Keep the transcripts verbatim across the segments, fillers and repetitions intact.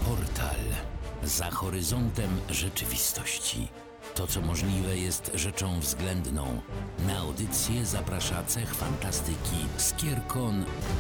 Portal. Za horyzontem rzeczywistości. To, co możliwe, jest rzeczą względną. Na audycję zaprasza cech fantastyki Skierkon.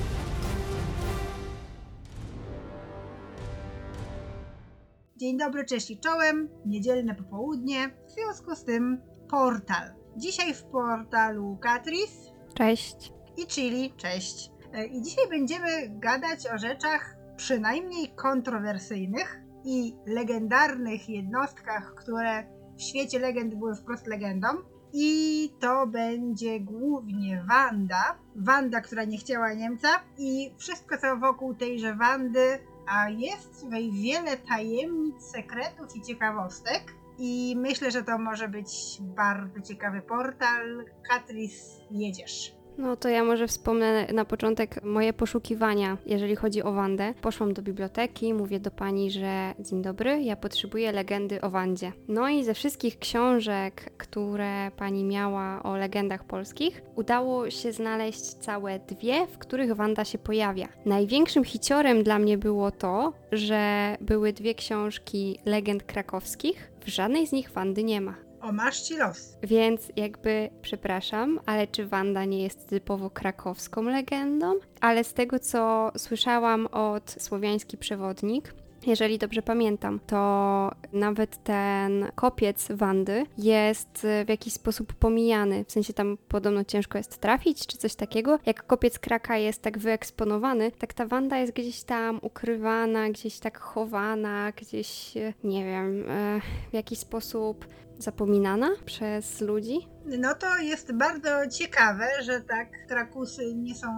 Dzień dobry, cześć i czołem. Niedzielne popołudnie, w związku z tym Portal. Dzisiaj w portalu Katris. Cześć. I Chili. Cześć. I dzisiaj będziemy gadać o rzeczach przynajmniej kontrowersyjnych i legendarnych jednostkach, które w świecie legend były wprost legendą. I to będzie głównie Wanda. Wanda, która nie chciała Niemca i wszystko co wokół tejże Wandy, a jest w niej wiele tajemnic, sekretów i ciekawostek. I myślę, że to może być bardzo ciekawy portal. Katris, jedziesz. No to ja może wspomnę na początek moje poszukiwania, jeżeli chodzi o Wandę. Poszłam do biblioteki, mówię do pani, że dzień dobry, ja potrzebuję legendy o Wandzie. No i ze wszystkich książek, które pani miała o legendach polskich, udało się znaleźć całe dwie, w których Wanda się pojawia. Największym hiciorem dla mnie było to, że były dwie książki legend krakowskich, w żadnej z nich Wandy nie ma. O, masz ci los. Więc jakby, przepraszam, ale czy Wanda nie jest typowo krakowską legendą? Ale z tego, co słyszałam od Słowiański Przewodnik, jeżeli dobrze pamiętam, to nawet ten kopiec Wandy jest w jakiś sposób pomijany. W sensie tam podobno ciężko jest trafić, czy coś takiego. Jak kopiec Kraka jest tak wyeksponowany, tak ta Wanda jest gdzieś tam ukrywana, gdzieś tak chowana, gdzieś, nie wiem, w jakiś sposób zapominana przez ludzi. No to jest bardzo ciekawe, że tak Krakusy nie są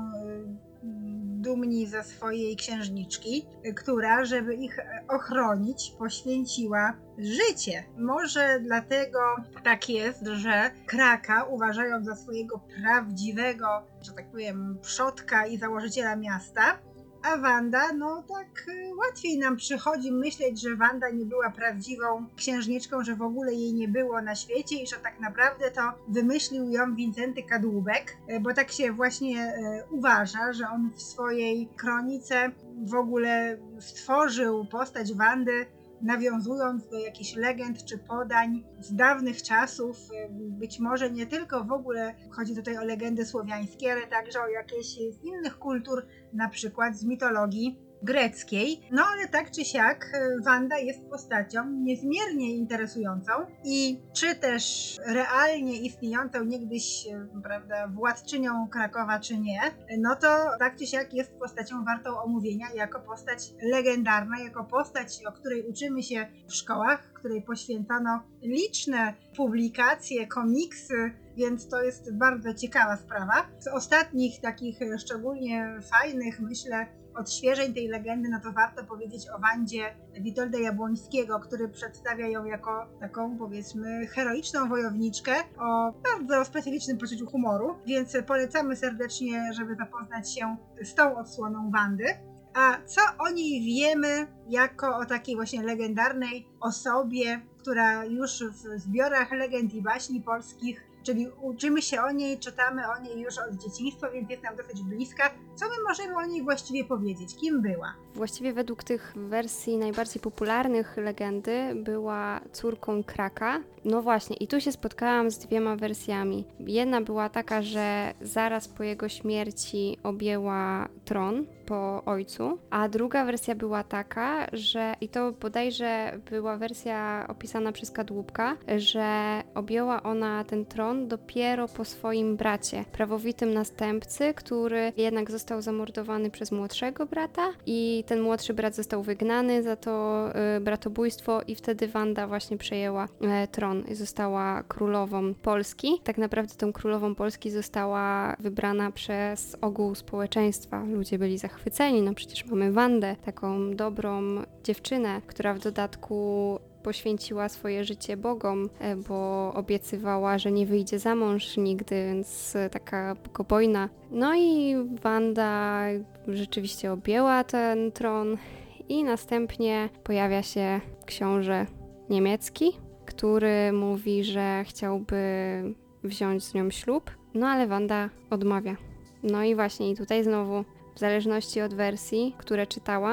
dumni ze swojej księżniczki, która, żeby ich ochronić, poświęciła życie. Może dlatego tak jest, że Kraka uważają za swojego prawdziwego, że tak powiem, przodka i założyciela miasta, a Wanda, no tak łatwiej nam przychodzi myśleć, że Wanda nie była prawdziwą księżniczką, że w ogóle jej nie było na świecie i że tak naprawdę to wymyślił ją Wincenty Kadłubek, bo tak się właśnie uważa, że on w swojej kronice w ogóle stworzył postać Wandy, nawiązując do jakichś legend czy podań z dawnych czasów, być może nie tylko w ogóle chodzi tutaj o legendy słowiańskie, ale także o jakieś z innych kultur, na przykład z mitologii greckiej. No ale tak czy siak Wanda jest postacią niezmiernie interesującą i czy też realnie istniejącą niegdyś, prawda, władczynią Krakowa czy nie, no to tak czy siak jest postacią wartą omówienia jako postać legendarna, jako postać, o której uczymy się w szkołach, której poświęcono liczne publikacje, komiksy, więc to jest bardzo ciekawa sprawa. Z ostatnich takich szczególnie fajnych, myślę, odświeżeń tej legendy, no to warto powiedzieć o Wandzie Witolda Jabłońskiego, który przedstawia ją jako taką, powiedzmy, heroiczną wojowniczkę o bardzo specyficznym poczuciu humoru, więc polecamy serdecznie, żeby zapoznać się z tą odsłoną Wandy. A co o niej wiemy jako o takiej właśnie legendarnej osobie, która już w zbiorach legend i baśni polskich, czyli uczymy się o niej, czytamy o niej już od dzieciństwa, więc jest nam dosyć bliska. Co my możemy o niej właściwie powiedzieć? Kim była? Właściwie według tych wersji najbardziej popularnych legendy była córką Kraka. No właśnie, i tu się spotkałam z dwiema wersjami. Jedna była taka, że zaraz po jego śmierci objęła tron po ojcu, a druga wersja była taka, że, i to bodajże była wersja opisana przez Kadłubka, że objęła ona ten tron dopiero po swoim bracie, prawowitym następcy, który jednak został zamordowany przez młodszego brata i ten młodszy brat został wygnany za to y, bratobójstwo i wtedy Wanda właśnie przejęła y, tron i została królową Polski. Tak naprawdę tą królową Polski została wybrana przez ogół społeczeństwa. Ludzie byli zachwyceni, no przecież mamy Wandę, taką dobrą dziewczynę, która w dodatku poświęciła swoje życie Bogom, bo obiecywała, że nie wyjdzie za mąż nigdy, więc taka bogobojna. No i Wanda rzeczywiście objęła ten tron i następnie pojawia się książę niemiecki, który mówi, że chciałby wziąć z nią ślub, no ale Wanda odmawia. No i właśnie i tutaj znowu, w zależności od wersji, które czytałam,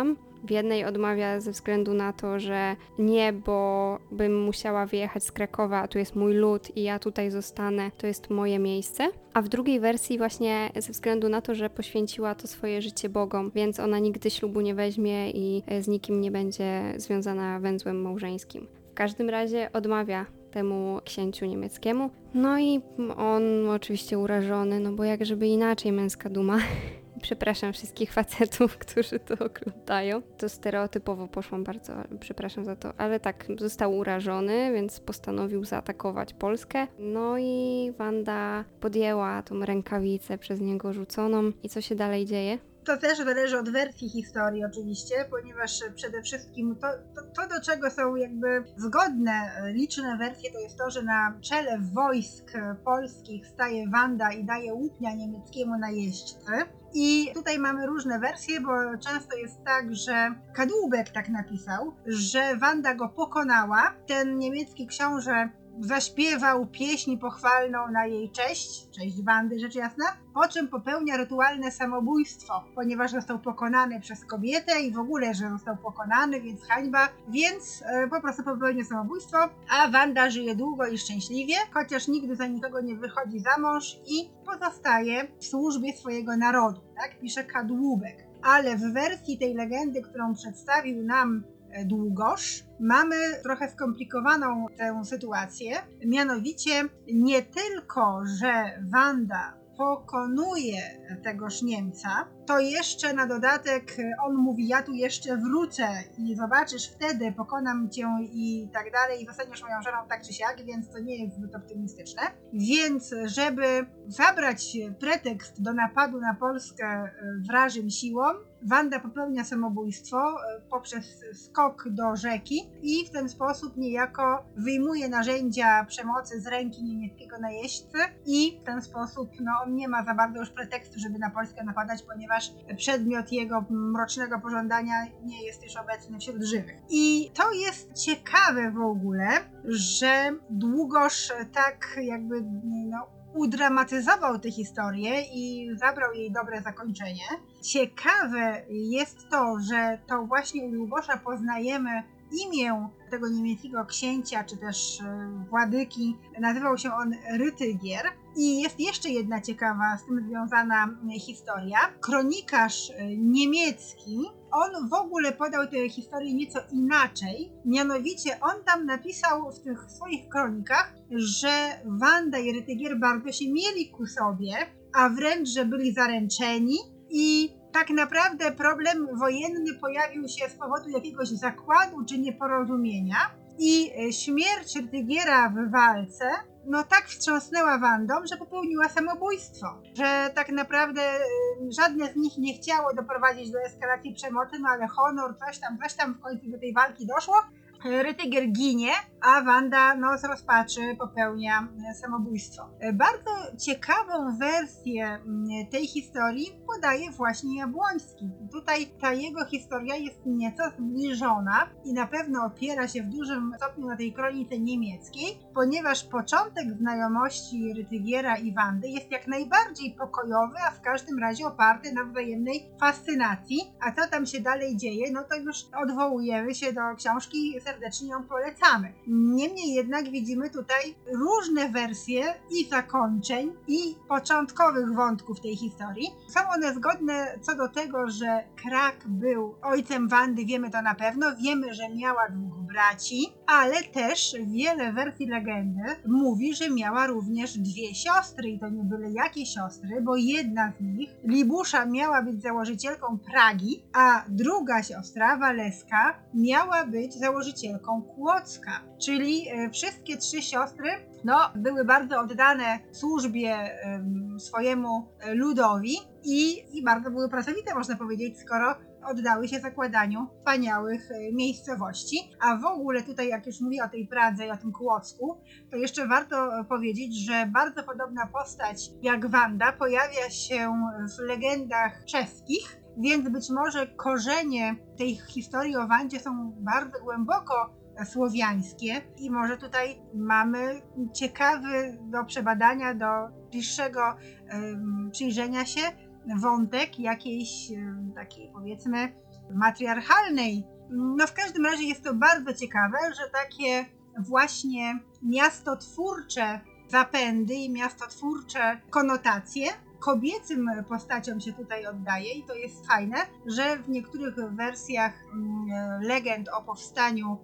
W jednej odmawia ze względu na to, że nie, bo bym musiała wyjechać z Krakowa, a tu jest mój lud i ja tutaj zostanę, to jest moje miejsce. A w drugiej wersji właśnie ze względu na to, że poświęciła to swoje życie Bogom, więc ona nigdy ślubu nie weźmie i z nikim nie będzie związana węzłem małżeńskim. W każdym razie odmawia temu księciu niemieckiemu. No i on oczywiście urażony, no bo jak żeby inaczej, męska duma. Przepraszam wszystkich facetów, którzy to oglądają. To stereotypowo poszłam bardzo, przepraszam za to, ale tak, został urażony, więc postanowił zaatakować Polskę. No i Wanda podjęła tą rękawicę przez niego rzuconą. I co się dalej dzieje? To też zależy od wersji historii oczywiście, ponieważ przede wszystkim to, to, to, do czego są jakby zgodne liczne wersje, to jest to, że na czele wojsk polskich staje Wanda i daje łupnia niemieckiemu najeźdźcy. I tutaj mamy różne wersje, bo często jest tak, że Kadłubek tak napisał, że Wanda go pokonała. Ten niemiecki książę zaśpiewał pieśń pochwalną na jej cześć, cześć Wandy rzecz jasna, po czym popełnia rytualne samobójstwo, ponieważ został pokonany przez kobietę i w ogóle, że został pokonany, więc hańba, więc e, po prostu popełnia samobójstwo, a Wanda żyje długo i szczęśliwie, chociaż nigdy za nikogo nie wychodzi za mąż i pozostaje w służbie swojego narodu, tak pisze Kadłubek. Ale w wersji tej legendy, którą przedstawił nam Długosz, mamy trochę skomplikowaną tę sytuację, mianowicie nie tylko, że Wanda pokonuje tegoż Niemca, to jeszcze na dodatek on mówi, ja tu jeszcze wrócę i zobaczysz wtedy, pokonam cię i tak dalej i zostaniesz moją żoną tak czy siak, więc to nie jest zbyt optymistyczne. Więc żeby zabrać pretekst do napadu na Polskę wrażym siłą, Wanda popełnia samobójstwo poprzez skok do rzeki i w ten sposób niejako wyjmuje narzędzia przemocy z ręki niemieckiego najeźdźcy i w ten sposób no, on nie ma za bardzo już pretekstu, żeby na Polskę napadać, ponieważ przedmiot jego mrocznego pożądania nie jest już obecny wśród żywych. I to jest ciekawe w ogóle, że Długosz tak jakby no, udramatyzował tę historię i zabrał jej dobre zakończenie. Ciekawe jest to, że to właśnie u Długosza poznajemy imię tego niemieckiego księcia, czy też władyki. Nazywał się on Rytygier. I jest jeszcze jedna ciekawa z tym związana historia. Kronikarz niemiecki, on w ogóle podał tę historię nieco inaczej. Mianowicie on tam napisał w tych swoich kronikach, że Wanda i Rytygier bardzo się mieli ku sobie, a wręcz, że byli zaręczeni i tak naprawdę problem wojenny pojawił się z powodu jakiegoś zakładu czy nieporozumienia i śmierć Rytygiera w walce no tak wstrząsnęła Wandą, że popełniła samobójstwo. Że tak naprawdę y, żadne z nich nie chciało doprowadzić do eskalacji przemocy, no ale honor, coś tam, coś tam w końcu do tej walki doszło. Rytygier ginie, a Wanda no, z rozpaczy popełnia samobójstwo. Bardzo ciekawą wersję tej historii podaje właśnie Jabłoński. Tutaj ta jego historia jest nieco zbliżona i na pewno opiera się w dużym stopniu na tej kronice niemieckiej, ponieważ początek znajomości Rytygiera i Wandy jest jak najbardziej pokojowy, a w każdym razie oparty na wzajemnej fascynacji. A co tam się dalej dzieje, no to już odwołujemy się do książki, serdecznie ją polecamy. Niemniej jednak widzimy tutaj różne wersje i zakończeń, i początkowych wątków tej historii. Są one zgodne co do tego, że Krak był ojcem Wandy, wiemy to na pewno, wiemy, że miała dwóch braci, ale też wiele wersji legendy mówi, że miała również dwie siostry i to nie byle jakie siostry, bo jedna z nich, Libusza, miała być założycielką Pragi, a druga siostra, Waleska, miała być założycielką Kłodzka, czyli wszystkie trzy siostry no, były bardzo oddane służbie um, swojemu ludowi i, i bardzo były pracowite, można powiedzieć, skoro oddały się zakładaniu wspaniałych miejscowości. A w ogóle tutaj, jak już mówię o tej Pradze i o tym Kłodzku, to jeszcze warto powiedzieć, że bardzo podobna postać jak Wanda pojawia się w legendach czeskich, więc być może korzenie tej historii o Wandzie są bardzo głęboko słowiańskie i może tutaj mamy ciekawy do przebadania, do bliższego um, przyjrzenia się wątek jakiejś um, takiej powiedzmy matriarchalnej. No w każdym razie jest to bardzo ciekawe, że takie właśnie miastotwórcze zapędy i miastotwórcze konotacje kobiecym postaciom się tutaj oddaje i to jest fajne, że w niektórych wersjach legend o powstaniu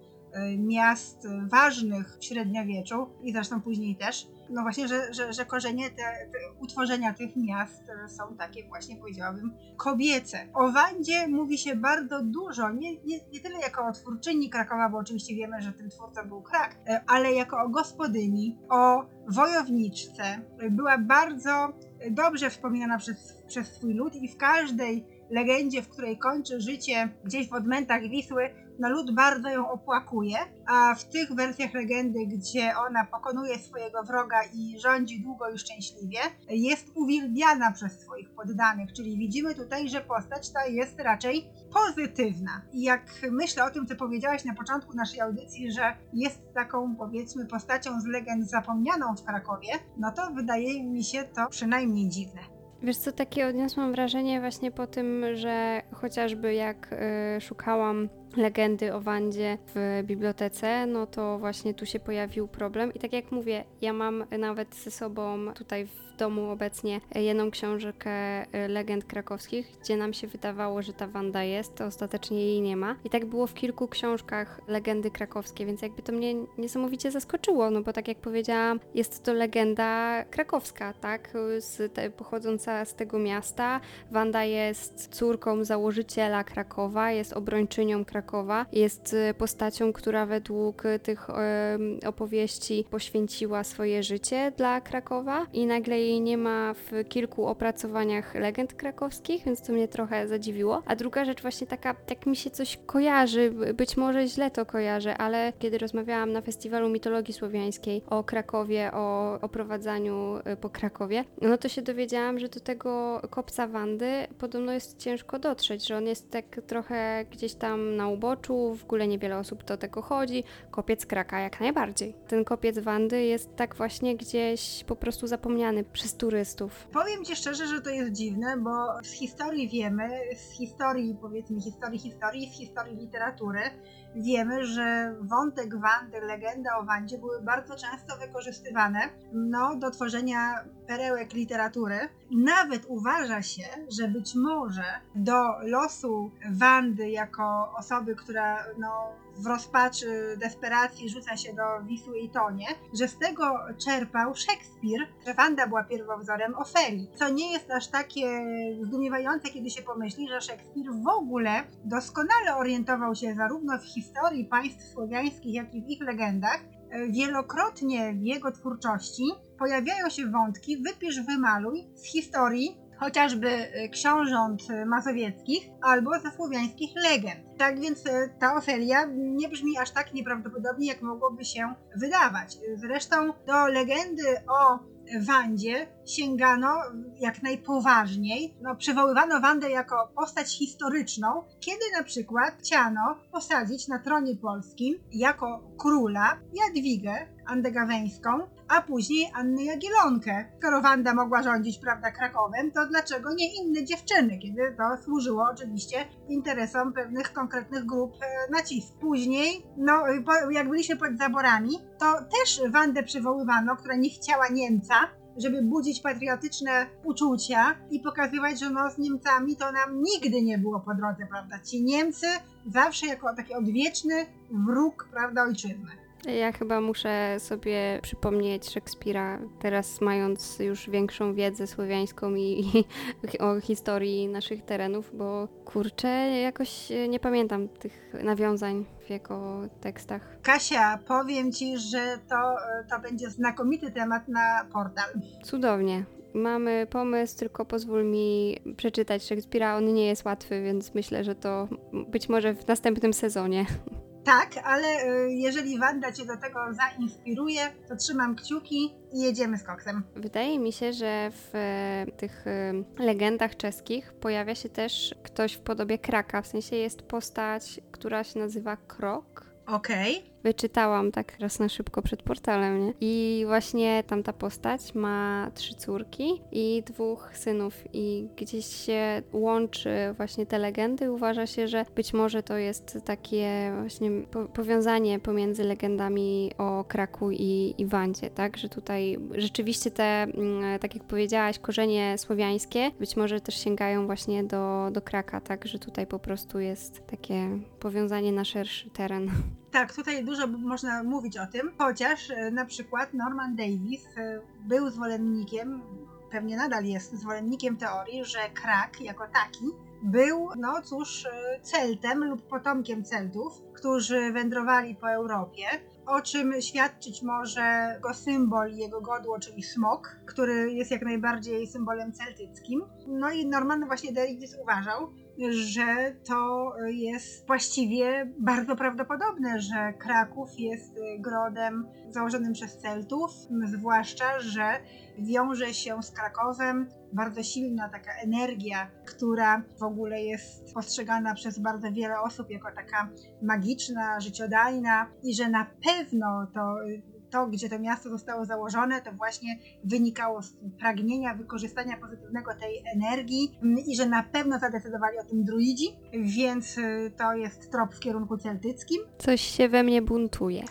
miast ważnych w średniowieczu i zresztą później też, no właśnie, że, że, że korzenie te, te utworzenia tych miast są takie właśnie, powiedziałabym, kobiece. O Wandzie mówi się bardzo dużo, nie, nie, nie tyle jako o twórczyni Krakowa, bo oczywiście wiemy, że tym twórcą był Krak, ale jako o gospodyni, o wojowniczce. Była bardzo dobrze wspominana przez, przez swój lud i w każdej legendzie, w której kończy życie gdzieś w odmętach Wisły, no lud bardzo ją opłakuje, a w tych wersjach legendy, gdzie ona pokonuje swojego wroga i rządzi długo i szczęśliwie, jest uwielbiana przez swoich poddanych, czyli widzimy tutaj, że postać ta jest raczej pozytywna. I jak myślę o tym, co powiedziałaś na początku naszej audycji, że jest taką, powiedzmy, postacią z legend zapomnianą w Krakowie, no to wydaje mi się to przynajmniej dziwne. Wiesz co, takie odniosłam wrażenie właśnie po tym, że chociażby jak y, szukałam legendy o Wandzie w bibliotece, no to właśnie tu się pojawił problem i tak jak mówię, ja mam nawet ze sobą tutaj w domu obecnie jedną książkę legend krakowskich, gdzie nam się wydawało, że ta Wanda jest, to ostatecznie jej nie ma i tak było w kilku książkach legendy krakowskie, więc jakby to mnie niesamowicie zaskoczyło, no bo tak jak powiedziałam, jest to legenda krakowska, tak, z te, pochodząca z tego miasta. Wanda jest córką założyciela Krakowa, jest obrończynią Krakowa, jest postacią, która według tych opowieści poświęciła swoje życie dla Krakowa i nagle jej nie ma w kilku opracowaniach legend krakowskich, więc to mnie trochę zadziwiło. A druga rzecz właśnie taka, tak mi się coś kojarzy, być może źle to kojarzę, ale kiedy rozmawiałam na festiwalu mitologii słowiańskiej o Krakowie, o oprowadzaniu po Krakowie, no to się dowiedziałam, że do tego kopca Wandy podobno jest ciężko dotrzeć, że on jest tak trochę gdzieś tam na uboczu, w ogóle niewiele osób do tego chodzi. Kopiec Kraka jak najbardziej. Ten kopiec Wandy jest tak właśnie gdzieś po prostu zapomniany przez turystów. Powiem Ci szczerze, że to jest dziwne, bo z historii wiemy, z historii, powiedzmy historii historii, z historii literatury wiemy, że wątek Wandy, legenda o Wandzie były bardzo często wykorzystywane no, do tworzenia perełek literatury. Nawet uważa się, że być może do losu Wandy jako osoby, która no, w rozpaczy, desperacji rzuca się do Wisły i tonie, że z tego czerpał Szekspir, że Wanda była pierwowzorem Ofelii. Co nie jest aż takie zdumiewające, kiedy się pomyśli, że Szekspir w ogóle doskonale orientował się zarówno w historii państw słowiańskich, jak i w ich legendach. Wielokrotnie w jego twórczości pojawiają się wątki wypisz, wymaluj z historii chociażby książąt mazowieckich albo ze słowiańskich legend. Tak więc ta Ofelia nie brzmi aż tak nieprawdopodobnie, jak mogłoby się wydawać. Zresztą do legendy o Wandzie sięgano jak najpoważniej. No, przywoływano Wandę jako postać historyczną, kiedy na przykład chciano posadzić na tronie polskim jako króla Jadwigę Andegaweńską, a później Annę Jagiellonkę. Skoro Wanda mogła rządzić, prawda, Krakowem, to dlaczego nie inne dziewczyny, kiedy to służyło oczywiście interesom pewnych konkretnych grup nacisków. Później, no, jak byliśmy pod zaborami, to też Wandę przywoływano, która nie chciała Niemca, żeby budzić patriotyczne uczucia i pokazywać, że no z Niemcami to nam nigdy nie było po drodze, prawda? Ci Niemcy zawsze jako taki odwieczny wróg, prawda, ojczyzny. Ja chyba muszę sobie przypomnieć Szekspira, teraz mając już większą wiedzę słowiańską i, i o historii naszych terenów, bo kurczę, jakoś nie pamiętam tych nawiązań w jego tekstach. Kasia, powiem Ci, że to, to będzie znakomity temat na portal. Cudownie. Mamy pomysł, tylko pozwól mi przeczytać Szekspira. On nie jest łatwy, więc myślę, że to być może w następnym sezonie. Tak, ale jeżeli Wanda Cię do tego zainspiruje, to trzymam kciuki i jedziemy z koksem. Wydaje mi się, że w tych legendach czeskich pojawia się też ktoś w podobie Kraka, w sensie jest postać, która się nazywa Krok. Okej. wyczytałam tak raz na szybko przed portalem, nie? I właśnie tamta postać ma trzy córki i dwóch synów i gdzieś się łączy właśnie te legendy. Uważa się, że być może to jest takie właśnie po- powiązanie pomiędzy legendami o Kraku i, i Wandzie, tak? Że tutaj rzeczywiście te, mm, tak jak powiedziałaś, korzenie słowiańskie być może też sięgają właśnie do, do Kraka, tak? Że tutaj po prostu jest takie powiązanie na szerszy teren. Tak, tutaj dużo b- można mówić o tym, chociaż e, na przykład Norman Davies e, był zwolennikiem, pewnie nadal jest zwolennikiem teorii, że Krak jako taki był, no cóż, e, Celtem lub potomkiem Celtów, którzy wędrowali po Europie, o czym świadczyć może jego symbol, jego godło, czyli smok, który jest jak najbardziej symbolem celtyckim. No i Norman właśnie Davies uważał, że to jest właściwie bardzo prawdopodobne, że Kraków jest grodem założonym przez Celtów, zwłaszcza, że wiąże się z Krakowem bardzo silna taka energia, która w ogóle jest postrzegana przez bardzo wiele osób jako taka magiczna, życiodajna i że na pewno to to, gdzie to miasto zostało założone, to właśnie wynikało z pragnienia wykorzystania pozytywnego tej energii i że na pewno zadecydowali o tym druidzi, więc to jest trop w kierunku celtyckim. Coś się we mnie buntuje.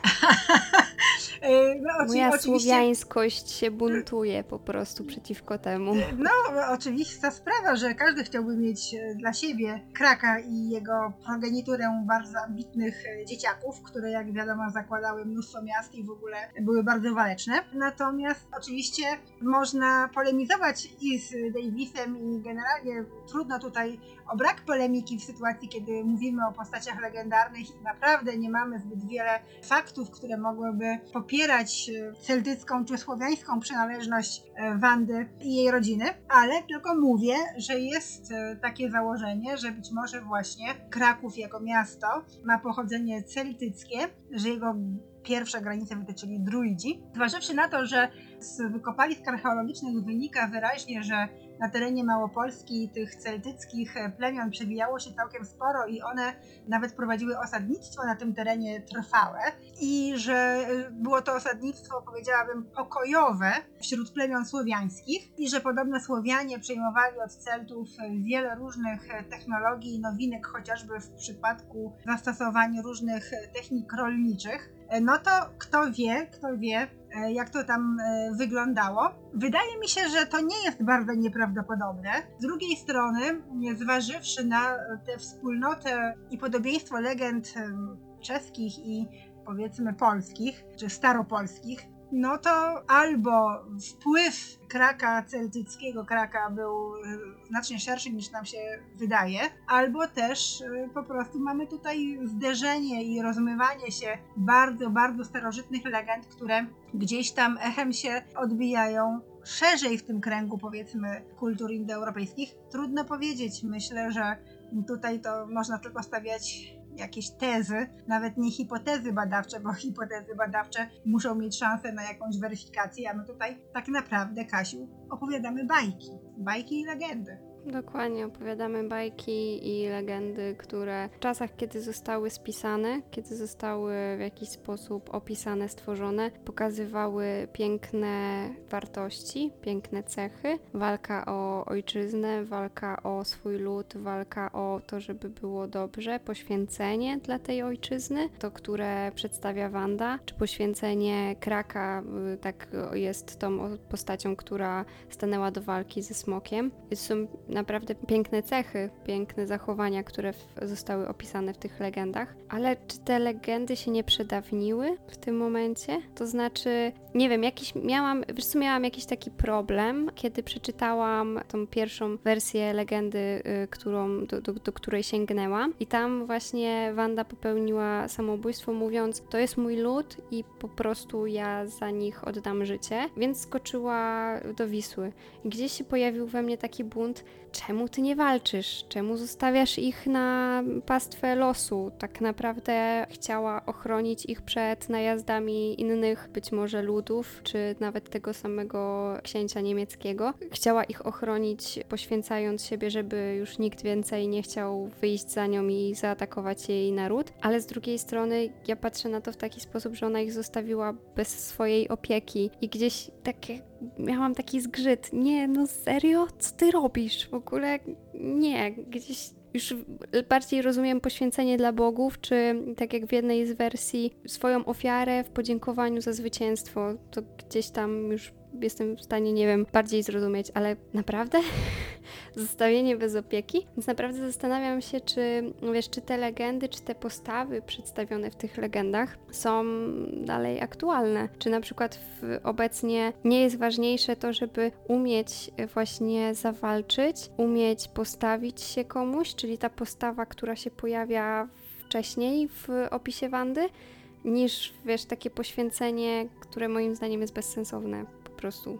No, oczy- Moja oczywiście, słowiańskość się buntuje po prostu przeciwko temu. no oczywista sprawa, że każdy chciałby mieć e, dla siebie Kraka i jego progeniturę bardzo ambitnych e, dzieciaków, które jak wiadomo zakładały mnóstwo miast i w ogóle były bardzo waleczne. Natomiast oczywiście można polemizować i z Davisem i generalnie trudno tutaj o brak polemiki w sytuacji, kiedy mówimy o postaciach legendarnych i naprawdę nie mamy zbyt wiele faktów, które mogłyby popierać e, celtycką czy słowiańską przynależność e, Wandy i jej rodziny, ale tylko mówię, że jest e, takie założenie, że być może właśnie Kraków jako miasto ma pochodzenie celtyckie, że jego pierwsze granice wytyczyli druidzi. Zważywszy na to, że z wykopalisk archeologicznych wynika wyraźnie, że na terenie Małopolski tych celtyckich plemion przewijało się całkiem sporo i one nawet prowadziły osadnictwo na tym terenie trwałe i że było to osadnictwo, powiedziałabym, pokojowe wśród plemion słowiańskich i że podobno Słowianie przejmowali od Celtów wiele różnych technologii i nowinek, chociażby w przypadku zastosowania różnych technik rolniczych. No to kto wie, kto wie, jak to tam wyglądało. Wydaje mi się, że to nie jest bardzo nieprawdopodobne. Z drugiej strony, zważywszy na tę wspólnotę i podobieństwo legend czeskich i powiedzmy polskich, czy staropolskich, no to albo wpływ Kraka celtyckiego, Kraka był znacznie szerszy niż nam się wydaje, albo też po prostu mamy tutaj zderzenie i rozmywanie się bardzo, bardzo starożytnych legend, które gdzieś tam echem się odbijają szerzej w tym kręgu, powiedzmy, kultur indoeuropejskich. Trudno powiedzieć. Myślę, że tutaj to można tylko stawiać jakieś tezy, nawet nie hipotezy badawcze, bo hipotezy badawcze muszą mieć szansę na jakąś weryfikację, a my tutaj tak naprawdę, Kasiu, opowiadamy bajki. Bajki i legendy. Dokładnie, opowiadamy bajki i legendy, które w czasach, kiedy zostały spisane, kiedy zostały w jakiś sposób opisane, stworzone, pokazywały piękne wartości, piękne cechy. Walka o ojczyznę, walka o swój lud, walka o to, żeby było dobrze, poświęcenie dla tej ojczyzny, to, które przedstawia Wanda, czy poświęcenie Kraka, tak jest tą postacią, która stanęła do walki ze smokiem. Są naprawdę piękne cechy, piękne zachowania, które w, zostały opisane w tych legendach. Ale czy te legendy się nie przedawniły w tym momencie? To znaczy, nie wiem, jakiś miałam, wiesz co, miałam jakiś taki problem, kiedy przeczytałam tą pierwszą wersję legendy, y, którą, do, do, do której sięgnęłam. I tam właśnie Wanda popełniła samobójstwo, mówiąc, to jest mój lud i po prostu ja za nich oddam życie. Więc skoczyła do Wisły. I gdzieś się pojawił we mnie taki bunt, czemu ty nie walczysz? Czemu zostawiasz ich na pastwę losu? Tak naprawdę chciała ochronić ich przed najazdami innych, być może ludów, czy nawet tego samego księcia niemieckiego. Chciała ich ochronić, poświęcając siebie, żeby już nikt więcej nie chciał wyjść za nią i zaatakować jej naród. Ale z drugiej strony ja patrzę na to w taki sposób, że ona ich zostawiła bez swojej opieki i gdzieś takie, miałam taki zgrzyt. Nie, no serio? Co ty robisz? W ogóle nie, gdzieś już bardziej rozumiem poświęcenie dla bogów, czy tak jak w jednej z wersji, swoją ofiarę w podziękowaniu za zwycięstwo. To gdzieś tam już jestem w stanie, nie wiem, bardziej zrozumieć, ale naprawdę? Zostawienie bez opieki? Więc naprawdę zastanawiam się, czy, wiesz, czy te legendy, czy te postawy przedstawione w tych legendach są dalej aktualne. Czy na przykład w, obecnie nie jest ważniejsze to, żeby umieć właśnie zawalczyć, umieć postawić się komuś, czyli ta postawa, która się pojawia wcześniej w opisie Wandy, niż, wiesz, takie poświęcenie, które moim zdaniem jest bezsensowne po prostu.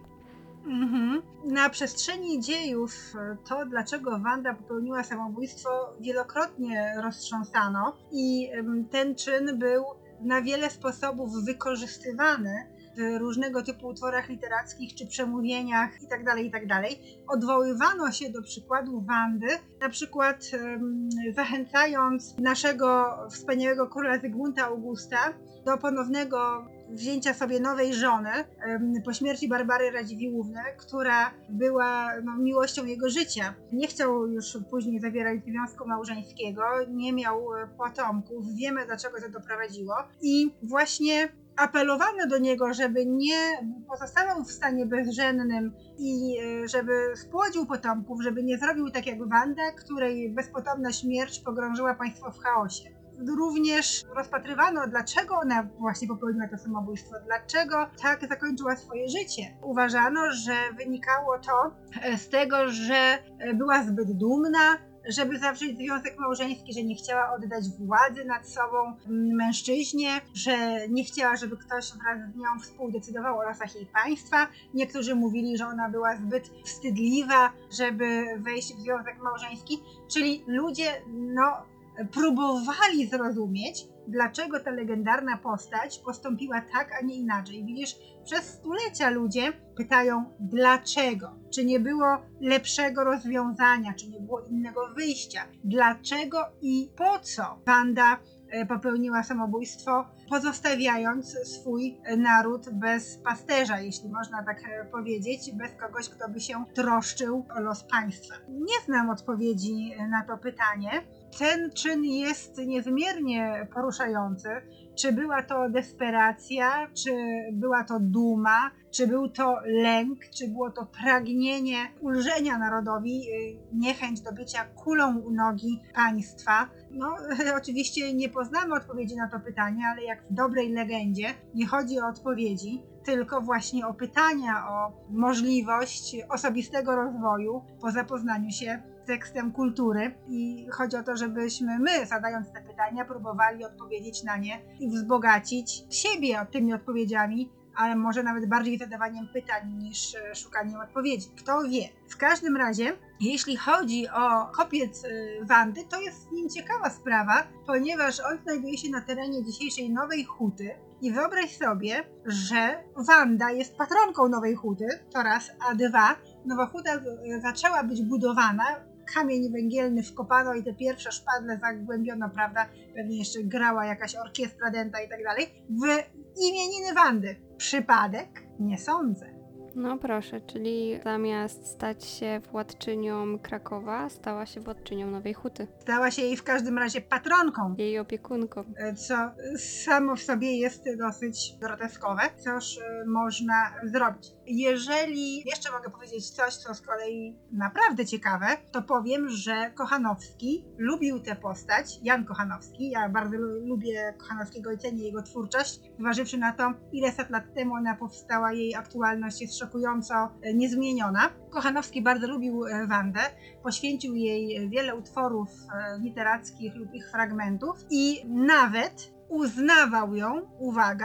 Mhm. Na przestrzeni dziejów to, dlaczego Wanda popełniła samobójstwo, wielokrotnie roztrząsano i ten czyn był na wiele sposobów wykorzystywany w różnego typu utworach literackich czy przemówieniach itd., itd. Odwoływano się do przykładu Wandy, na przykład um, zachęcając naszego wspaniałego króla Zygmunta Augusta do ponownego wzięcia sobie nowej żony um, po śmierci Barbary Radziwiłłówny, która była no, miłością jego życia. Nie chciał już później zawierać związku małżeńskiego, nie miał potomków, wiemy, dlaczego to doprowadziło i właśnie apelowano do niego, żeby nie pozostawał w stanie bezżennym i żeby spłodził potomków, żeby nie zrobił tak jak Wanda, której bezpotomna śmierć pogrążyła państwo w chaosie. Również rozpatrywano, dlaczego ona właśnie popełniła to samobójstwo, dlaczego tak zakończyła swoje życie. Uważano, że wynikało to z tego, że była zbyt dumna, żeby zawrzeć związek małżeński, że nie chciała oddać władzy nad sobą mężczyźnie, że nie chciała, żeby ktoś wraz z nią współdecydował o losach jej państwa. Niektórzy mówili, że ona była zbyt wstydliwa, żeby wejść w związek małżeński, czyli ludzie no, próbowali zrozumieć, dlaczego ta legendarna postać postąpiła tak, a nie inaczej. Widzisz, przez stulecia ludzie pytają dlaczego, czy nie było lepszego rozwiązania, czy nie było innego wyjścia, dlaczego i po co Wanda popełniła samobójstwo, pozostawiając swój naród bez pasterza, jeśli można tak powiedzieć, bez kogoś, kto by się troszczył o los państwa. Nie znam odpowiedzi na to pytanie. Ten czyn jest niezmiernie poruszający. Czy była to desperacja, czy była to duma, czy był to lęk, czy było to pragnienie ulżenia narodowi, niechęć do bycia kulą u nogi państwa? No, oczywiście nie poznamy odpowiedzi na to pytanie, ale jak w dobrej legendzie nie chodzi o odpowiedzi, tylko właśnie o pytania, o możliwość osobistego rozwoju po zapoznaniu się z tekstem kultury i chodzi o to, żebyśmy my, zadając te pytania, próbowali odpowiedzieć na nie i wzbogacić siebie tymi odpowiedziami, ale może nawet bardziej zadawaniem pytań niż szukaniem odpowiedzi. Kto wie. W każdym razie, jeśli chodzi o kopiec Wandy, to jest z nim ciekawa sprawa, ponieważ on znajduje się na terenie dzisiejszej Nowej Huty i wyobraź sobie, że Wanda jest patronką Nowej Huty, to raz, a dwa, Nowa Huta zaczęła być budowana, kamień węgielny wkopano i te pierwsze szpadle zagłębiono, prawda, pewnie jeszcze grała jakaś orkiestra dęta i tak dalej, w imieniny Wandy. Przypadek? Nie sądzę. No proszę, czyli zamiast stać się władczynią Krakowa, stała się władczynią Nowej Huty. Stała się jej w każdym razie patronką. Jej opiekunką. Co samo w sobie jest dosyć groteskowe. Cóż można zrobić? Jeżeli jeszcze mogę powiedzieć coś, co z kolei naprawdę ciekawe, to powiem, że Kochanowski lubił tę postać, Jan Kochanowski. Ja bardzo lubię Kochanowskiego i cenię jego twórczość. Zważywszy na to, ile set lat temu ona powstała, jej aktualność jest szokująco niezmieniona. Kochanowski bardzo lubił Wandę, poświęcił jej wiele utworów literackich lub ich fragmentów i nawet uznawał ją, uwaga,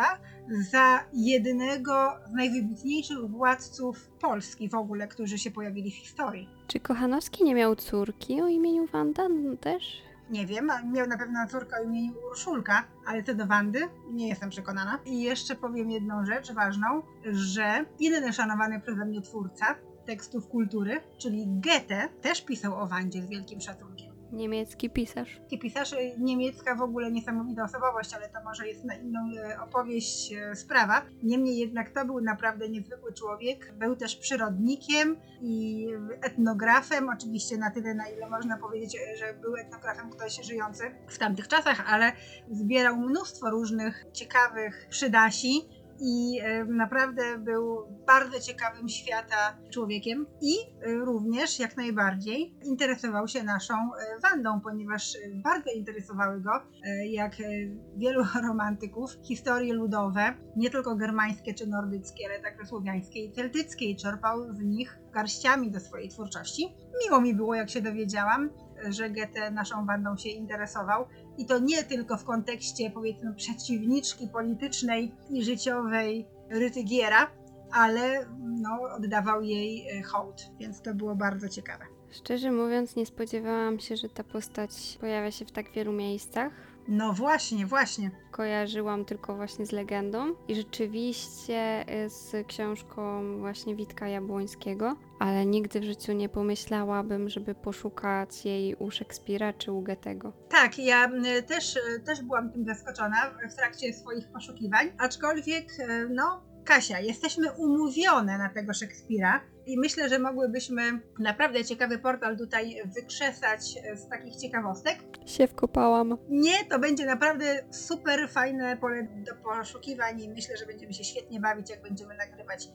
za jednego z najwybitniejszych władców Polski w ogóle, którzy się pojawili w historii. Czy Kochanowski nie miał córki o imieniu Wanda? No też? Nie wiem, miał na pewno córkę o imieniu Urszulka, ale co do Wandy, nie jestem przekonana. I jeszcze powiem jedną rzecz ważną, że inny szanowany przeze mnie twórca tekstów kultury, czyli Goethe, też pisał o Wandzie z wielkim szacunkiem. Niemiecki pisarz. I pisarz niemiecka w ogóle niesamowita osobowość, ale to może jest na inną opowieść sprawa. Niemniej jednak to był naprawdę niezwykły człowiek. Był też przyrodnikiem i etnografem, oczywiście na tyle, na ile można powiedzieć, że był etnografem ktoś żyjący w tamtych czasach, ale zbierał mnóstwo różnych ciekawych przydasi. I naprawdę był bardzo ciekawym świata człowiekiem i również jak najbardziej interesował się naszą Wandą, ponieważ bardzo interesowały go, jak wielu romantyków, historie ludowe, nie tylko germańskie czy nordyckie, ale także słowiańskie i celtyckie, i czerpał z nich garściami do swojej twórczości. Miło mi było, jak się dowiedziałam, że Goethe naszą Wandą się interesował. I to nie tylko w kontekście, powiedzmy, przeciwniczki politycznej i życiowej Rytygiera, ale no, oddawał jej hołd, więc to było bardzo ciekawe. Szczerze mówiąc, nie spodziewałam się, że ta postać pojawia się w tak wielu miejscach. No właśnie, właśnie. Kojarzyłam tylko właśnie z legendą i rzeczywiście z książką właśnie Witka Jabłońskiego, ale nigdy w życiu nie pomyślałabym, żeby poszukać jej u Szekspira czy u Goethego. Tak, ja też, też byłam tym zaskoczona w trakcie swoich poszukiwań, aczkolwiek no Kasia, jesteśmy umówione na tego Szekspira i myślę, że mogłybyśmy naprawdę ciekawy portal tutaj wykrzesać z takich ciekawostek. Się wkopałam. Nie, to będzie naprawdę super fajne pole do poszukiwań i myślę, że będziemy się świetnie bawić, jak będziemy nagrywać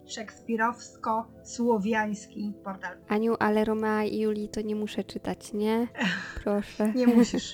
szekspirowsko-słowiański portal. Aniu, ale Romea i Julii to nie muszę czytać, nie? Proszę. Nie musisz.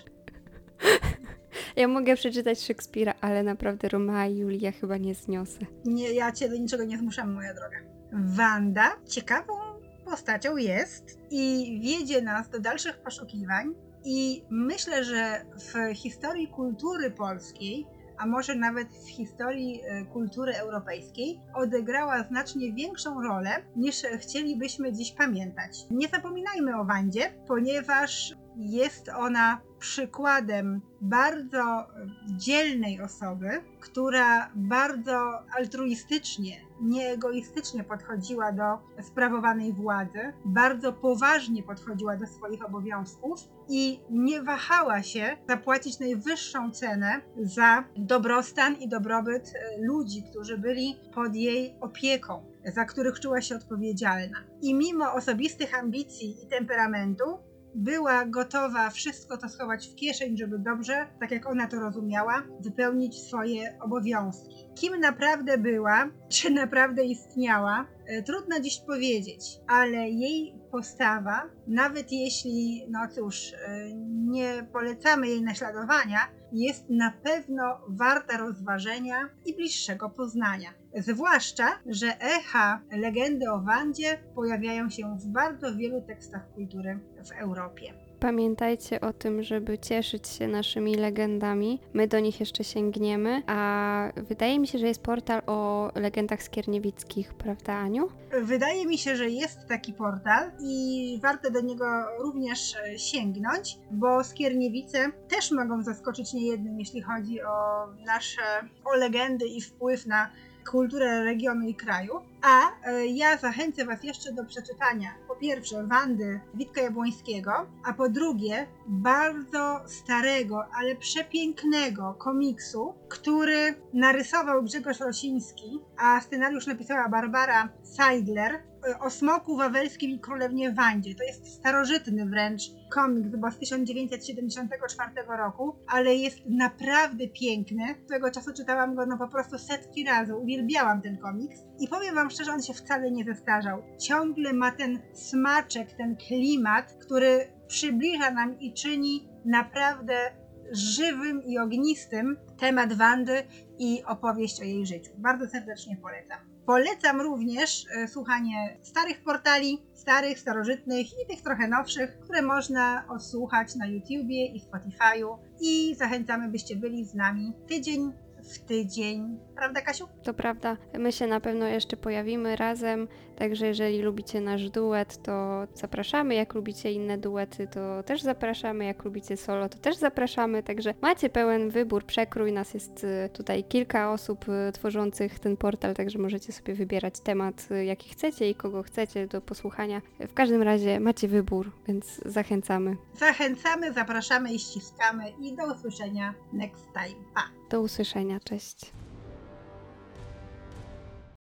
Ja mogę przeczytać Szekspira, ale naprawdę Romea i Julia chyba nie zniosę. Nie, ja cię do niczego nie zmuszam, moja droga. Wanda ciekawą postacią jest i wiedzie nas do dalszych poszukiwań i myślę, że w historii kultury polskiej, a może nawet w historii kultury europejskiej, odegrała znacznie większą rolę, niż chcielibyśmy dziś pamiętać. Nie zapominajmy o Wandzie, ponieważ jest ona przykładem bardzo dzielnej osoby, która bardzo altruistycznie, nieegoistycznie podchodziła do sprawowanej władzy, bardzo poważnie podchodziła do swoich obowiązków i nie wahała się zapłacić najwyższą cenę za dobrostan i dobrobyt ludzi, którzy byli pod jej opieką, za których czuła się odpowiedzialna. I mimo osobistych ambicji i temperamentu, była gotowa wszystko to schować w kieszeń, żeby dobrze, tak jak ona to rozumiała, wypełnić swoje obowiązki. Kim naprawdę była, czy naprawdę istniała, trudno dziś powiedzieć, ale jej postawa, nawet jeśli, no cóż, nie polecamy jej naśladowania, jest na pewno warta rozważenia i bliższego poznania. Zwłaszcza, że echa legendy o Wandzie pojawiają się w bardzo wielu tekstach kultury w Europie. Pamiętajcie o tym, żeby cieszyć się naszymi legendami. My do nich jeszcze sięgniemy, a wydaje mi się, że jest portal o legendach skierniewickich, prawda, Aniu? Wydaje mi się, że jest taki portal i warto do niego również sięgnąć, bo Skierniewice też mogą zaskoczyć niejednym, jeśli chodzi o nasze o legendy i wpływ na kulturę regionu i kraju. A ja zachęcę Was jeszcze do przeczytania po pierwsze Wandy Witka Jabłońskiego, a po drugie bardzo starego, ale przepięknego komiksu, który narysował Grzegorz Rosiński, a scenariusz napisała Barbara Seidler, o smoku wawelskim i królewnie Wandzie. To jest starożytny wręcz komiks, bo z tysiąc dziewięćset siedemdziesiątego czwartego roku, ale jest naprawdę piękny. Swego czasu czytałam go no po prostu setki razy, uwielbiałam ten komiks i powiem Wam szczerze, on się wcale nie zestarzał. Ciągle ma ten smaczek, ten klimat, który przybliża nam i czyni naprawdę żywym i ognistym temat Wandy i opowieść o jej życiu. Bardzo serdecznie polecam. Polecam również e, słuchanie starych portali, starych, starożytnych i tych trochę nowszych, które można odsłuchać na YouTubie i Spotify'u i zachęcamy, byście byli z nami tydzień w tydzień. Prawda, Kasiu? To prawda, my się na pewno jeszcze pojawimy razem, także jeżeli lubicie nasz duet, to zapraszamy, jak lubicie inne duety, to też zapraszamy, jak lubicie solo, to też zapraszamy, także macie pełen wybór, przekrój, nas jest y, tutaj kilka osób y, tworzących ten portal, także możecie sobie wybierać temat, y, jaki chcecie i kogo chcecie do posłuchania. W każdym razie macie wybór, więc zachęcamy. Zachęcamy, zapraszamy i ściskamy i do usłyszenia next time. Pa! Do usłyszenia, cześć.